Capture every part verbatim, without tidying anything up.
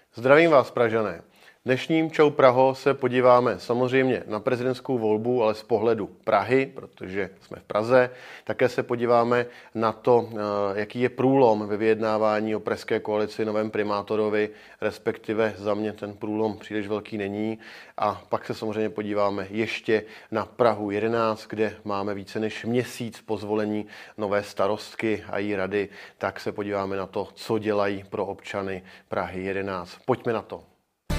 Zdravím vás, Pražané. Dnešním Čau Praho se podíváme samozřejmě na prezidentskou volbu, ale z pohledu Prahy, protože jsme v Praze. Také se podíváme na to, jaký je průlom ve vyjednávání o pražské koalici novém primátorovi, respektive za mě ten průlom příliš velký není. A pak se samozřejmě podíváme ještě na Prahu jedenáct, kde máme více než měsíc po zvolení nové starostky a její rady. Tak se podíváme na to, co dělají pro občany Prahy jedenáct. Pojďme na to.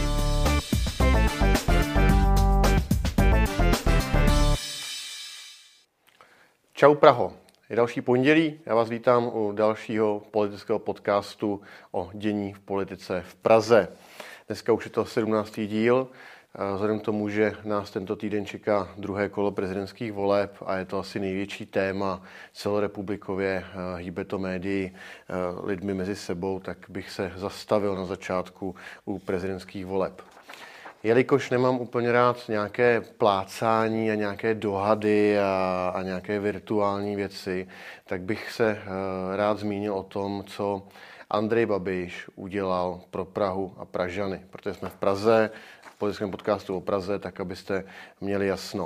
Čau Praho, je další pondělí, já vás vítám u dalšího politického podcastu o dění v politice v Praze. Dneska už je to sedmnáctý díl, vzhledem k tomu, že nás tento týden čeká druhé kolo prezidentských voleb a je to asi největší téma celorepublikově, hýbe to médii lidmi mezi sebou, tak bych se zastavil na začátku u prezidentských voleb. Jelikož nemám úplně rád nějaké plácání a nějaké dohady a, a nějaké virtuální věci, tak bych se uh, rád zmínil o tom, co Andrej Babiš udělal pro Prahu a Pražany. Protože jsme v Praze, v politickém podcastu o Praze, tak abyste měli jasno.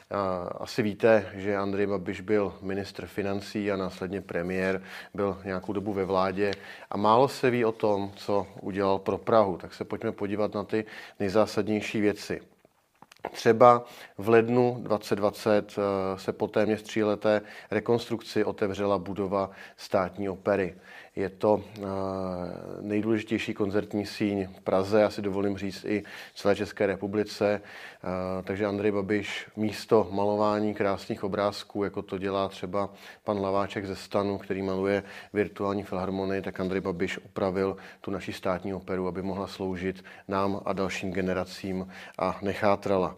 Asi víte, že Andrej Babiš byl ministr financí a následně premiér, byl nějakou dobu ve vládě a málo se ví o tom, co udělal pro Prahu. Tak se pojďme podívat na ty nejzásadnější věci. Třeba v lednu dvacet dvacet se po téměř tříleté rekonstrukci otevřela budova Státní opery. Je to nejdůležitější koncertní síň v Praze, já si dovolím říct i celé České republice. Takže Andrej Babiš místo malování krásných obrázků, jako to dělá třeba pan Laváček ze STANu, který maluje virtuální filharmonii, tak Andrej Babiš upravil tu naši Státní operu, aby mohla sloužit nám a dalším generacím a nechátrala.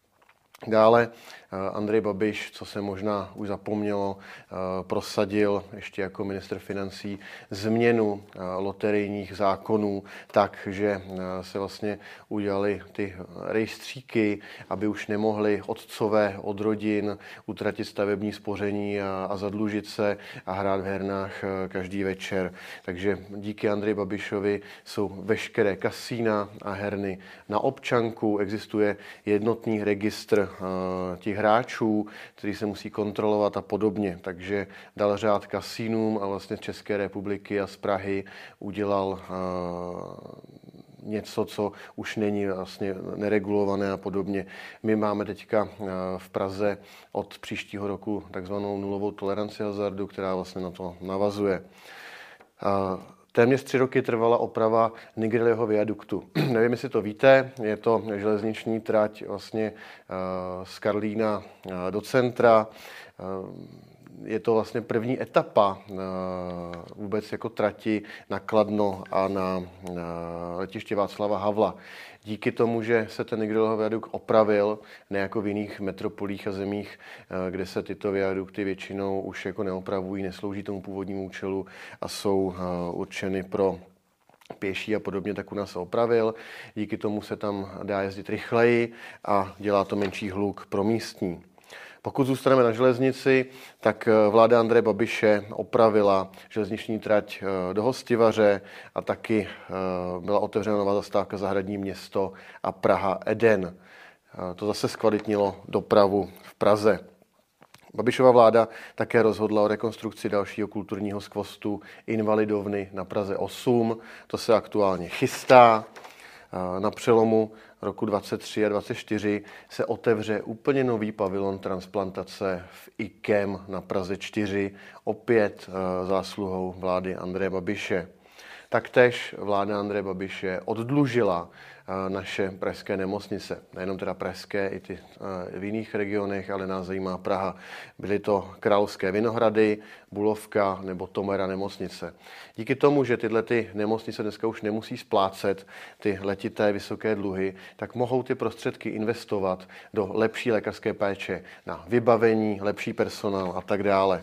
Dále Andrej Babiš, co se možná už zapomnělo, prosadil ještě jako ministr financí změnu loterijních zákonů tak, že se vlastně udělali ty rejstříky, aby už nemohli otcové od rodin utratit stavební spoření a, a zadlužit se a hrát v hernách každý večer. Takže díky Andreji Babišovi jsou veškeré kasína a herny na občanku, existuje jednotný registr těch hráčů, který se musí kontrolovat a podobně. Takže dal řád kasínům a vlastně z České republiky a z Prahy udělal uh, něco, co už není vlastně neregulované a podobně. My máme teďka uh, v Praze od příštího roku takzvanou nulovou toleranci hazardu, která vlastně na to navazuje. Uh, Téměř tři roky trvala oprava Nigriliho viaduktu. Nevím, jestli to víte, je to železniční trať vlastně z Karlína do centra. Je to vlastně první etapa vůbec jako trati na Kladno a na letiště Václava Havla. Díky tomu, že se ten Nigriliho viadukt opravil, ne jako v jiných metropolích a zemích, kde se tyto viadukty většinou už jako neopravují, neslouží tomu původnímu účelu a jsou určeny pro pěší a podobně, tak u nás se opravil. Díky tomu se tam dá jezdit rychleji a dělá to menší hluk pro místní. Pokud zůstaneme na železnici, tak vláda Andreje Babiše opravila železniční trať do Hostivaře a taky byla otevřena nová zastávka Zahradní město a Praha Eden. To zase zkvalitnilo dopravu v Praze. Babišova vláda také rozhodla o rekonstrukci dalšího kulturního skvostu Invalidovny na Praze osm. To se aktuálně chystá. Na přelomu roku dvacet tři a dvacet čtyři se otevře úplně nový pavilon transplantace v I K E M na Praze čtyři, opět zásluhou vlády Andreje Babiše. Taktéž vláda Andreje Babiše oddlužila naše pražské nemocnice. Nejenom teda pražské, i ty v jiných regionech, ale nás zajímá Praha. Byly to Královské Vinohrady, Bulovka nebo Tomera nemocnice. Díky tomu, že tyhle ty nemocnice dneska už nemusí splácet ty letité vysoké dluhy, tak mohou ty prostředky investovat do lepší lékařské péče, na vybavení, lepší personál a tak dále.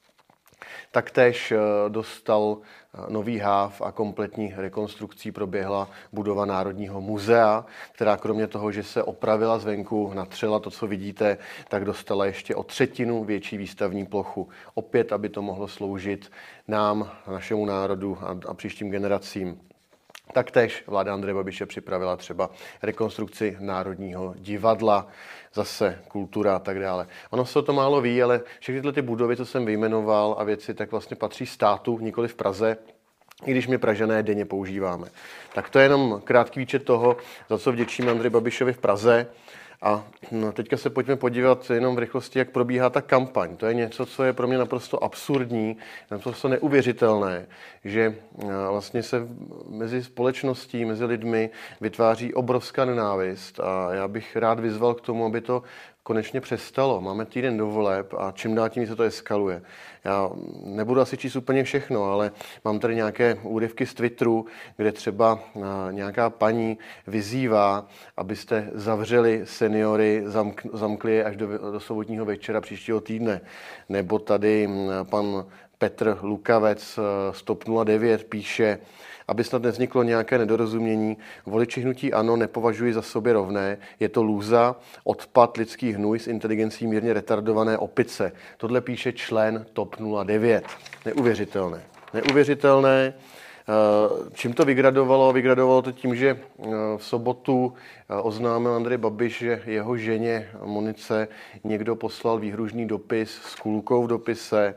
Taktéž dostal nový háv a kompletní rekonstrukcí proběhla budova Národního muzea, která kromě toho, že se opravila zvenku, natřela to, co vidíte, tak dostala ještě o třetinu větší výstavní plochu. Opět, aby to mohlo sloužit nám, našemu národu a, a příštím generacím. Taktéž vláda Andreje Babiše připravila třeba rekonstrukci Národního divadla, zase kultura a tak dále. Ono se o to málo ví, ale všechny tyhle ty budovy, co jsem vyjmenoval a věci, tak vlastně patří státu, nikoli v Praze, i když my Pražané denně používáme. Tak to je jenom krátký výčet toho, za co vděčíme Andreji Babišovi v Praze. A no, teďka se pojďme podívat jenom v rychlosti, jak probíhá ta kampaň. To je něco, co je pro mě naprosto absurdní, naprosto neuvěřitelné, že vlastně se mezi společností, mezi lidmi vytváří obrovská nenávist. A já bych rád vyzval k tomu, aby to konečně přestalo. Máme týden do voleb a čím dál tím se to eskaluje. Já nebudu asi číst úplně všechno, ale mám tady nějaké úryvky z Twitteru, kde třeba nějaká paní vyzývá, abyste zavřeli seniory, zamk, zamkli je až do, do sobotního večera příštího týdne. Nebo tady pan Petr Lukavec z TOP nula devět píše, aby snad nevzniklo nějaké nedorozumění. Voliči hnutí ANO nepovažují za sobě rovné. Je to lůza, odpad, lidský hnůj s inteligencí mírně retardované opice. Tohle píše člen TOP nula devět. Neuvěřitelné. Neuvěřitelné. Čím to vygradovalo? Vygradovalo to tím, že v sobotu oznámil Andrej Babiš, že jeho ženě Monice někdo poslal výhružný dopis s kulkou v dopise.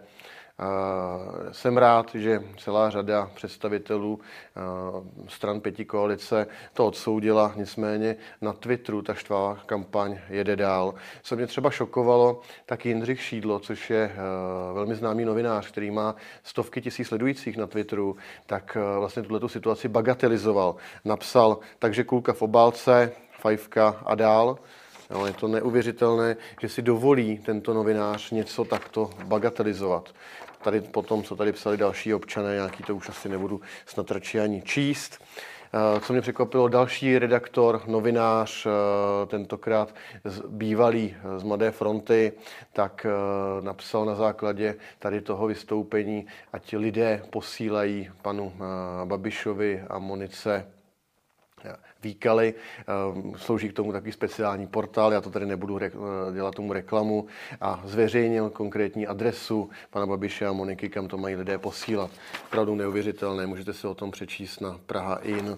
Jsem rád, že celá řada představitelů stran pětikoalice to odsoudila, nicméně na Twitteru ta štvavá kampaň jede dál. Co mě třeba šokovalo, tak Jindřich Šídlo, což je velmi známý novinář, který má stovky tisíc sledujících na Twitteru, tak vlastně tuhletu situaci bagatelizoval. Napsal, takže kulka v obálce, fajfka a dál. Jo, je to neuvěřitelné, že si dovolí tento novinář něco takto bagatelizovat. Tady potom, co tady psali další občané, nějaký to už asi nebudu snad radši ani číst. Co mě překvapilo, další redaktor, novinář, tentokrát bývalý z Mladé fronty, tak napsal na základě tady toho vystoupení, ať lidé posílají panu Babišovi a Monice výkaly. Slouží k tomu takový speciální portál, já to tady nebudu dělat tomu reklamu, a zveřejnil konkrétní adresu pana Babiše a Moniky, kam to mají lidé posílat. Opravdu neuvěřitelné, můžete si o tom přečíst na Praha in.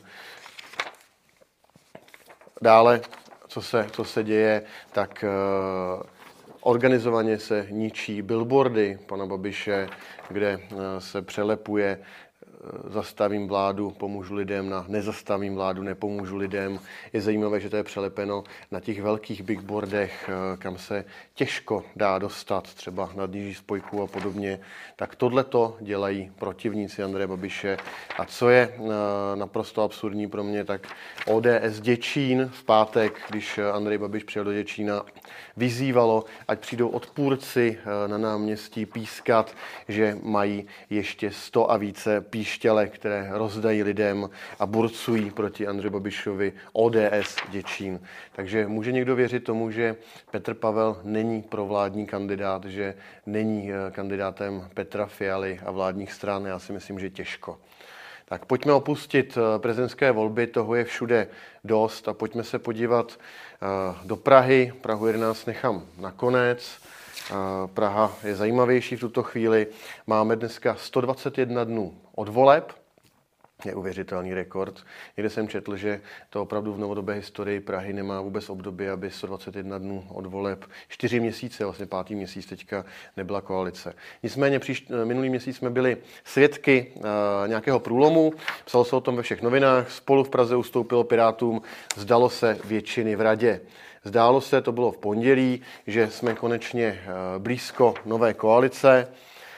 Dále, co se, co se děje, tak organizovaně se ničí billboardy pana Babiše, kde se přelepuje zastavím vládu, pomůžu lidem, na nezastavím vládu, nepomůžu lidem. Je zajímavé, že to je přelepeno na těch velkých bigboardech, kam se těžko dá dostat, třeba na Níží spojku a podobně. Tak tohleto dělají protivníci Andreje Babiše. A co je naprosto absurdní pro mě, tak O D S Děčín v pátek, když Andrej Babiš přijel do Děčína, vyzývalo, ať přijdou odpůrci na náměstí pískat, že mají ještě sto a více píšťalek, které rozdají lidem a burcují proti Andreji Babišovi. O D S Děčín. Takže může někdo věřit tomu, že Petr Pavel není provládní kandidát, že není kandidátem Petra Fialy a vládních stran? Já si myslím, že těžko. Tak pojďme opustit prezidentské volby, toho je všude dost, a pojďme se podívat do Prahy. Prahu jedenáct nechám nakonec. Praha je zajímavější v tuto chvíli. Máme dneska sto dvacet jedna dnů od voleb. Neuvěřitelný rekord. Někde jsem četl, že to opravdu v novodobé historii Prahy nemá vůbec období, aby sto dvacet jedna dnů od voleb, čtyři měsíce, vlastně pátý měsíc teďka nebyla koalice. Nicméně příš, minulý měsíc jsme byli svědky uh, nějakého průlomu, psalo se o tom ve všech novinách, Spolu v Praze ustoupilo Pirátům, zdalo se většiny v radě. Zdálo se, to bylo v pondělí, že jsme konečně uh, blízko nové koalice,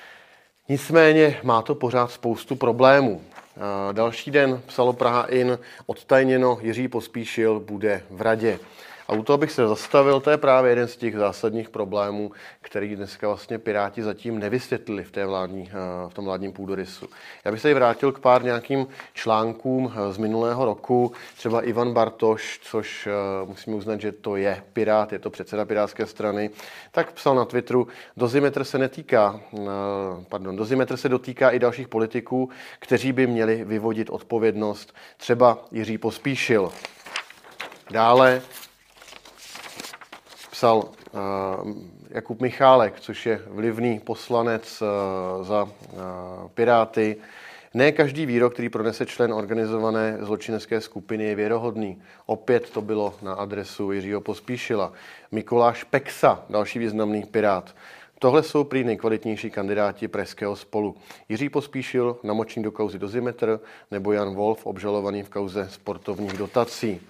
nicméně má to pořád spoustu problémů. Další den psalo Praha in, odtajněno, Jiří Pospíšil bude v radě. A u toho bych se zastavil, to je právě jeden z těch zásadních problémů, který dneska vlastně Piráti zatím nevysvětlili v, té vládní, v tom vládním půdorysu. Já bych se vrátil k pár nějakým článkům z minulého roku, třeba Ivan Bartoš, což musíme uznat, že to je Pirát, je to předseda Pirátské strany, tak psal na Twitteru, dozimetr se netýká, pardon, dozimetr se dotýká i dalších politiků, kteří by měli vyvodit odpovědnost, třeba Jiří Pospíšil. Dále psal uh, Jakub Michálek, což je vlivný poslanec uh, za uh, Piráty. Ne každý výrok, který pronese člen organizované zločinecké skupiny, je věrohodný. Opět to bylo na adresu Jiřího Pospíšila. Mikuláš Peksa, další významný pirát. Tohle jsou prý nejkvalitnější kandidáti pražského Spolu. Jiří Pospíšil, namočník do kauzy Dozimetr, nebo Jan Wolf, obžalovaný v kauze sportovních dotací.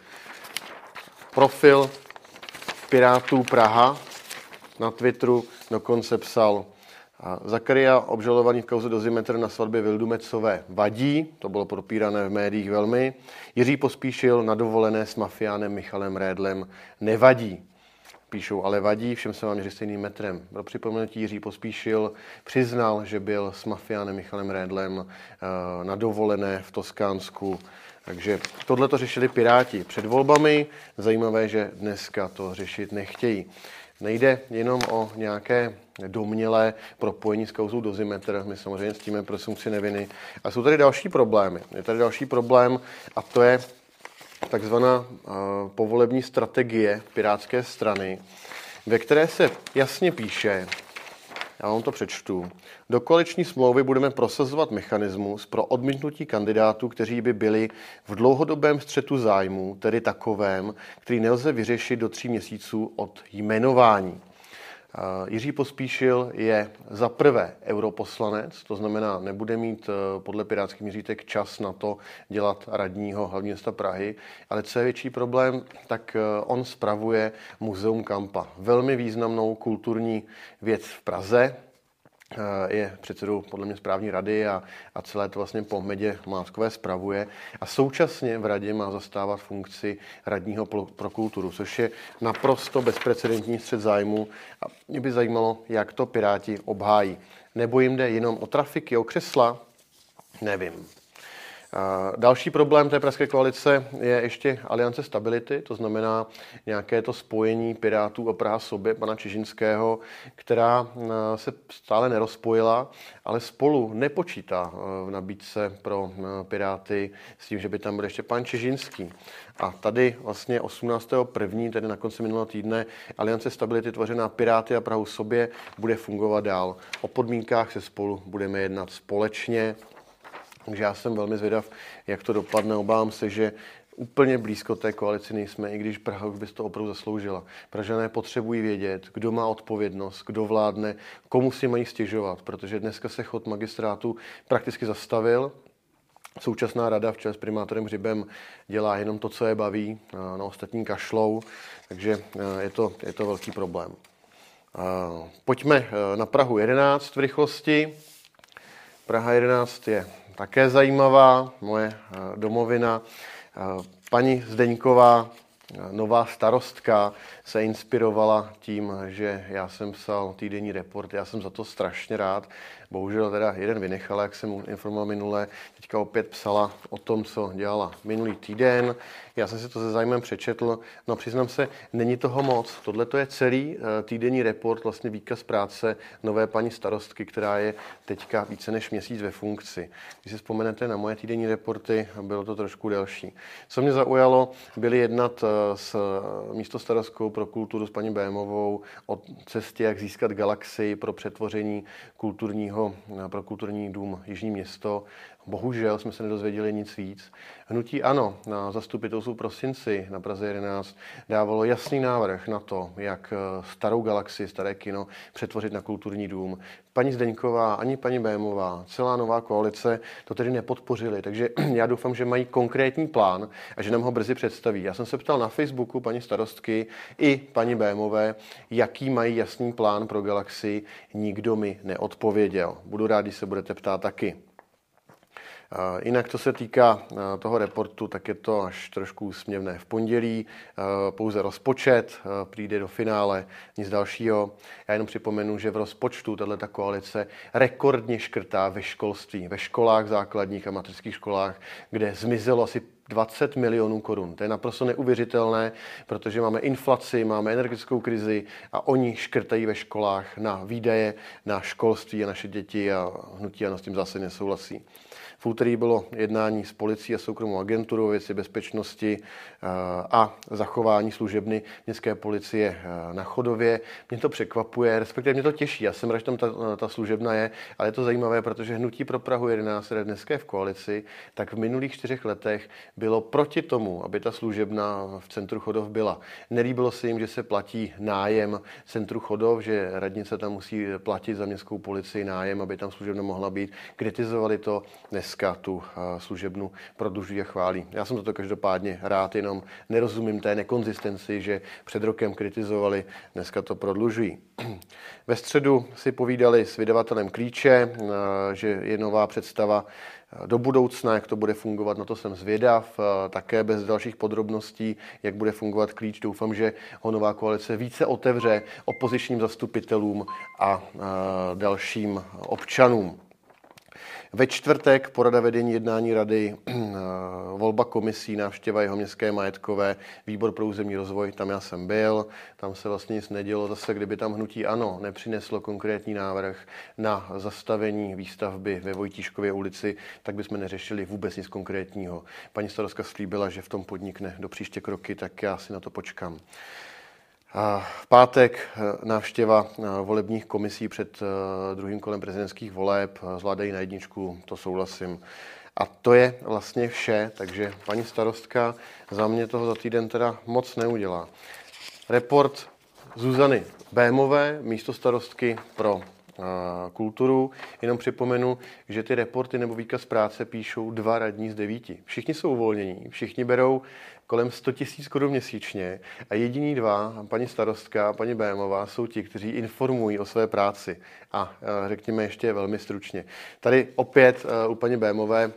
Profil Pirátů Praha na Twitteru dokonce psal: Zakaria, obžalovaný v kauze Dozimetr na svatbě Vildumecové, vadí, to bylo propírané v médiích velmi. Jiří Pospíšil na dovolené s mafiánem Michalem Redlem nevadí. Píšou, ale vadí, všem se vám měří stejným metrem. Pro připomenutí, Jiří Pospíšil přiznal, že byl s mafiánem Michalem Redlem na dovolené v Toskánsku. Takže tohle to řešili Piráti před volbami. Zajímavé, že dneska to řešit nechtějí. Nejde jenom o nějaké domnělé propojení s kauzou Dozimetr, my samozřejmě ctíme presumpci neviny. A jsou tady další problémy. Je tady další problém a to je takzvaná uh, povolební strategie Pirátské strany, ve které se jasně píše, já vám to přečtu, do koaliční smlouvy budeme prosazovat mechanismus pro odmítnutí kandidátů, kteří by byli v dlouhodobém střetu zájmů, tedy takovém, který nelze vyřešit do tří měsíců od jmenování. Jiří Pospíšil je za prvé europoslanec, to znamená, nebude mít podle pirátských měřítek čas na to dělat radního hlavního města Prahy, ale co je větší problém, tak on spravuje Muzeum Kampa, velmi významnou kulturní věc v Praze. Je předsedou podle mě správní rady a, a celé to vlastně pohmedě Mládkové spravuje a současně v radě má zastávat funkci radního pro, pro kulturu, což je naprosto bezprecedentní střet zájmu a mě by zajímalo, jak to Piráti obhájí. Nebo jim jde jenom o trafiky, o křesla? Nevím. Další problém té pražské koalice je ještě Aliance stability, to znamená nějaké to spojení Pirátů a Praha sobě, pana Čižinského, která se stále nerozpojila, ale Spolu nepočítá v nabídce pro Piráty s tím, že by tam byl ještě pan Čižinský. A tady vlastně osmnáctého prvního tedy na konci minulého týdne, Aliance stability tvořená Piráty a Prahu sobě bude fungovat dál. O podmínkách se Spolu budeme jednat společně. Takže já jsem velmi zvědav, jak to dopadne. Obávám se, že úplně blízko té koalici nejsme, i když Praha už by to opravdu zasloužila. Pražané potřebují vědět, kdo má odpovědnost, kdo vládne, komu si mají stěžovat, protože dneska se chod magistrátu prakticky zastavil. Současná rada v čele s primátorem Hřibem dělá jenom to, co je baví, na ostatní kašlou, takže je to, je to velký problém. Pojďme na Prahu jedenáct v rychlosti. Praha jedenáct je také zajímavá, moje domovina. Paní Zdeňková, nová starostka, se inspirovala tím, že já jsem psal týdenní report, já jsem za to strašně rád. Bohužel teda jeden vynechala, jak jsem informoval minule, teďka opět psala o tom, co dělala minulý týden. Já jsem si to se zájmem přečetl, no přiznám se, není toho moc. Tohle to je celý týdenní report, vlastně výkaz práce nové paní starostky, která je teďka více než měsíc ve funkci. Když si vzpomenete na moje týdenní reporty, bylo to trošku delší. Co mě zaujalo, byly jednat s místostarostkou pro kulturu s paní Bémovou o cestě, jak získat galaxii pro přetvoření kulturního, pro kulturní dům Jižní Město. Bohužel jsme se nedozvěděli nic víc. Hnutí ANO na zastupitelstvu v prosinci na Praze jedenáct dávalo jasný návrh na to, jak starou galaxii, staré kino přetvořit na kulturní dům. Paní Zdeňková ani paní Bémová, celá nová koalice to tedy nepodpořili, takže já doufám, že mají konkrétní plán a že nám ho brzy představí. Já jsem se ptal na Facebooku paní starostky i paní Bémové, jaký mají jasný plán pro galaxii, nikdo mi neodpověděl. Budu rád, když se budete ptát taky. Jinak, co se týká toho reportu, tak je to až trošku úsměvné. V pondělí pouze rozpočet přijde do finále, nic dalšího. Já jenom připomenu, že v rozpočtu tato koalice rekordně škrtá ve školství, ve školách základních a mateřských školách, kde zmizelo asi dvacet milionů korun. To je naprosto neuvěřitelné, protože máme inflaci, máme energetickou krizi a oni škrtají ve školách na výdaje, na školství a naše děti a hnutí ANO s tím zase nesouhlasí. V úterý bylo jednání s policií a soukromou agenturou věci bezpečnosti a zachování služebny městské policie na Chodově. Mě to překvapuje, respektive mě to těší. Já jsem rád, že tam ta, ta služebna je, ale je to zajímavé, protože Hnutí pro Prahu jedenáct, které dneska je v koalici, tak v minulých čtyřech letech bylo proti tomu, aby ta služebna v centru Chodov byla. Nelíbilo se jim, že se platí nájem centru Chodov, že radnice tam musí platit za městskou policii nájem, aby tam služebna mohla být. Kritizovali to, dneska tu služebnu prodlužují a chválí. Já jsem toto každopádně rád, jenom nerozumím té nekonzistenci, že před rokem kritizovali, dneska to prodlužují. Ve středu si povídali s vydavatelem Klíče, že je nová představa do budoucna, jak to bude fungovat, na to jsem zvědav. Také bez dalších podrobností, jak bude fungovat Klíč. Doufám, že ho nová koalice více otevře opozičním zastupitelům a dalším občanům. Ve čtvrtek porada vedení jednání rady, volba komisí, návštěva Jihoměstské majetkové, výbor pro územní rozvoj, tam já jsem byl, tam se vlastně nic nedělo. Zase, kdyby tam hnutí ANO nepřineslo konkrétní návrh na zastavení výstavby ve Vojtíškově ulici, tak bychom neřešili vůbec nic konkrétního. Paní starostka slíbila, že v tom podnikne do příště kroky, tak já si na to počkám. V pátek návštěva volebních komisí před druhým kolem prezidentských voleb, zvládají na jedničku, to souhlasím. A to je vlastně vše, takže paní starostka za mě toho za týden teda moc neudělá. Report Zuzany Bémové, místostarostky pro kulturu. Jenom připomenu, že ty reporty nebo výkaz práce píšou dva radní z devíti. Všichni jsou uvolnění, všichni berou kolem sto tisíc korun měsíčně a jediní dva, paní starostka a paní Bémová, jsou ti, kteří informují o své práci. A řekněme ještě velmi stručně. Tady opět u paní Bémové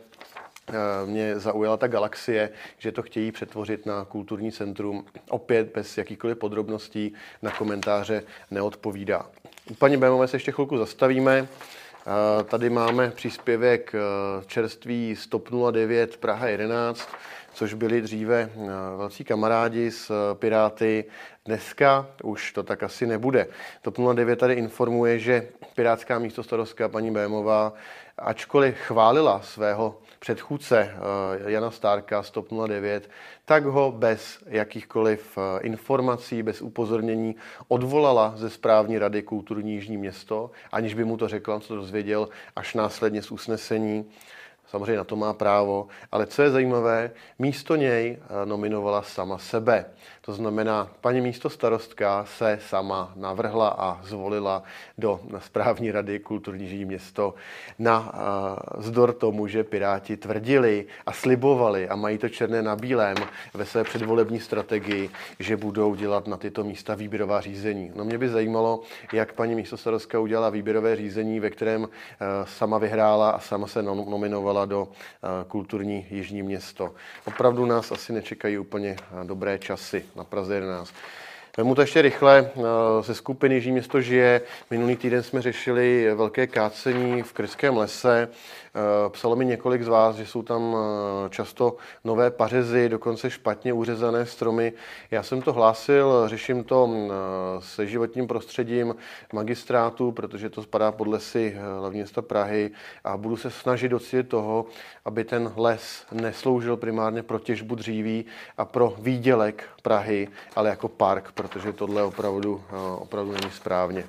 mě zaujala ta galaxie, že to chtějí přetvořit na kulturní centrum. Opět bez jakýchkoliv podrobností, na komentáře neodpovídá. U paní Bémové se ještě chvilku zastavíme. Tady máme příspěvek čerství z TOP nula devět Praha jedenáct, což byli dříve velcí kamarádi s Piráty. Dneska už to tak asi nebude. TOP nula devět tady informuje, že pirátská místostarostka paní Bémová, ačkoliv chválila svého předchůdce Jana Stárka z TOP nula devět, tak ho bez jakýchkoliv informací, bez upozornění odvolala ze správní rady Kulturní Jižní Město, aniž by mu to řekla, on se to dozvěděl až následně z usnesení. Samozřejmě na to má právo, ale co je zajímavé, místo něj nominovala sama sebe. To znamená, paní místostarostka se sama navrhla a zvolila do správní rady Kulturní Jižní Město na vzdor tomu, že Piráti tvrdili a slibovali a mají to černé na bílém ve své předvolební strategii, že budou dělat na tyto místa výběrová řízení. No mě by zajímalo, jak paní místostarostka udělala výběrové řízení, ve kterém sama vyhrála a sama se nominovala do Kulturní Jižní Město. Opravdu nás asi nečekají úplně dobré časy na Praze jedenáct. Vemu to ještě rychle. Ze skupiny Jižní Město žije. Minulý týden jsme řešili velké kácení v Krském lese. Psalo mi několik z vás, že jsou tam často nové pařezy, dokonce špatně uřezané stromy. Já jsem to hlásil, řeším to se životním prostředím magistrátu, protože to spadá pod lesy hlavního města Prahy a budu se snažit docílit toho, aby ten les nesloužil primárně pro těžbu dříví a pro výdělek Prahy, ale jako park, protože tohle opravdu, opravdu není správně.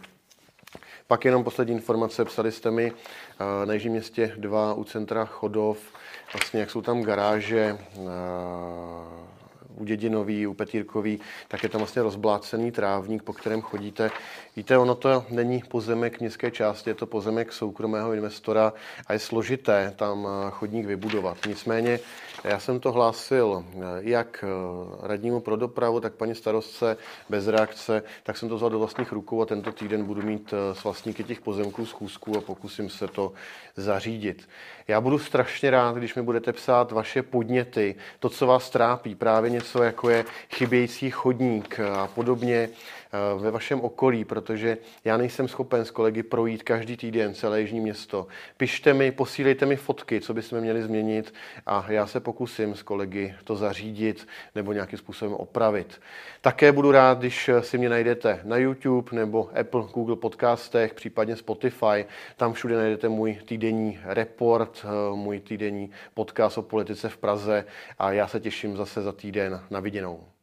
Pak jenom poslední informace, psali jste mi na Jižním Městě dva u centra Chodov, vlastně jak jsou tam garáže, u Dědinový, u Petýrkový, tak je tam vlastně rozblácený trávník, po kterém chodíte. Víte, ono to není pozemek městské části, je to pozemek soukromého investora a je složité tam chodník vybudovat. Nicméně já jsem to hlásil jak radnímu pro dopravu, tak paní starostce bez reakce, tak jsem to vzal do vlastních rukou a tento týden budu mít s vlastníky těch pozemků schůzku a pokusím se to zařídit. Já budu strašně rád, když mi budete psát vaše podněty, to, co vás trápí, právě něco jako je chybějící chodník a podobně. ve vašem okolí, protože já nejsem schopen s kolegy projít každý týden celé Jižní Město. Pište mi, posílejte mi fotky, co bychom měli změnit a já se pokusím s kolegy to zařídit nebo nějakým způsobem opravit. Také budu rád, když si mě najdete na YouTube nebo Apple, Google podcastech, případně Spotify. Tam všude najdete můj týdenní report, můj týdenní podcast o politice v Praze a já se těším zase za týden. Na viděnou.